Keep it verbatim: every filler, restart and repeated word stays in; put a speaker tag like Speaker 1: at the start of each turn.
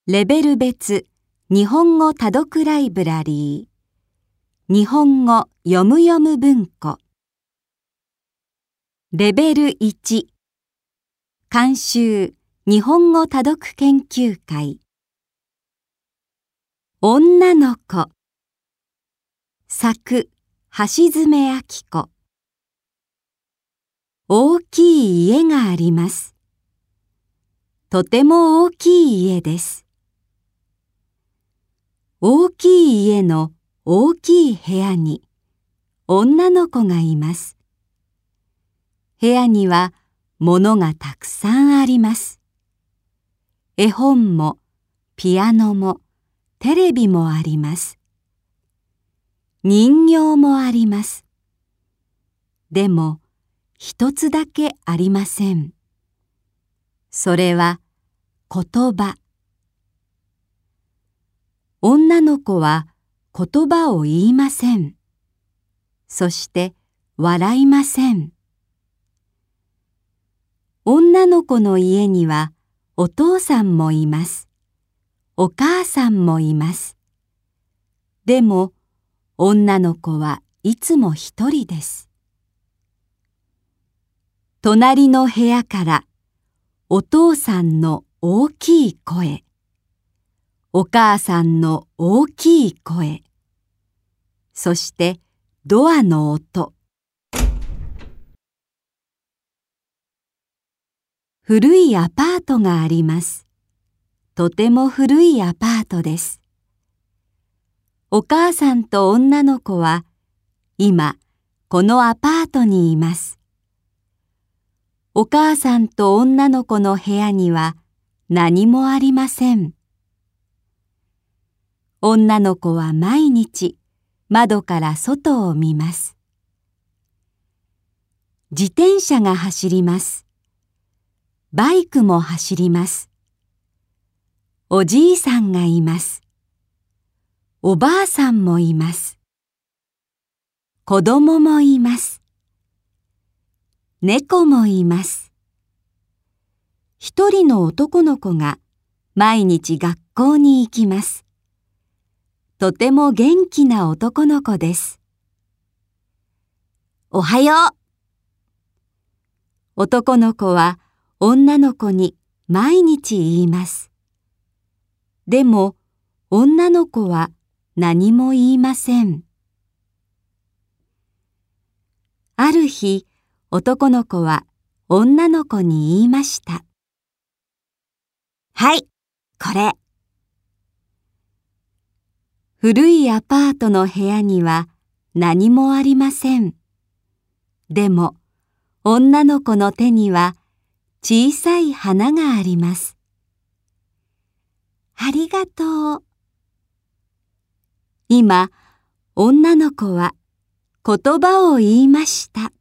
Speaker 1: レベル別日本語多読ライブラリー日本語読む読む文庫レベルいち監修日本語多読研究会女の子作橋爪明子大きい家があります。とても大きい家です。大きい家の大きい部屋に女の子がいます。部屋には物がたくさんあります。絵本もピアノもテレビもあります。人形もあります。でも一つだけありません。それは言葉。女の子は言葉を言いません。そして笑いません。女の子の家にはお父さんもいます。お母さんもいます。でも女の子はいつも一人です。隣の部屋からお父さんの大きい声。お母さんの大きい声、そしてドアの音。古いアパートがあります。とても古いアパートです。お母さんと女の子は今このアパートにいます。お母さんと女の子の部屋には何もありません。女の子は毎日窓から外を見ます。自転車が走ります。バイクも走ります。おじいさんがいます。おばあさんもいます。子供もいます。猫もいます。一人の男の子が毎日学校に行きます。とても元気な男の子です。おはよう。男の子は女の子に毎日言います。でも女の子は何も言いません。ある日、男の子は女の子に言いました。はい、これ。古いアパートの部屋には何もありません。でも、女の子の手には小さい花があります。ありがとう。今、女の子は言葉を言いました。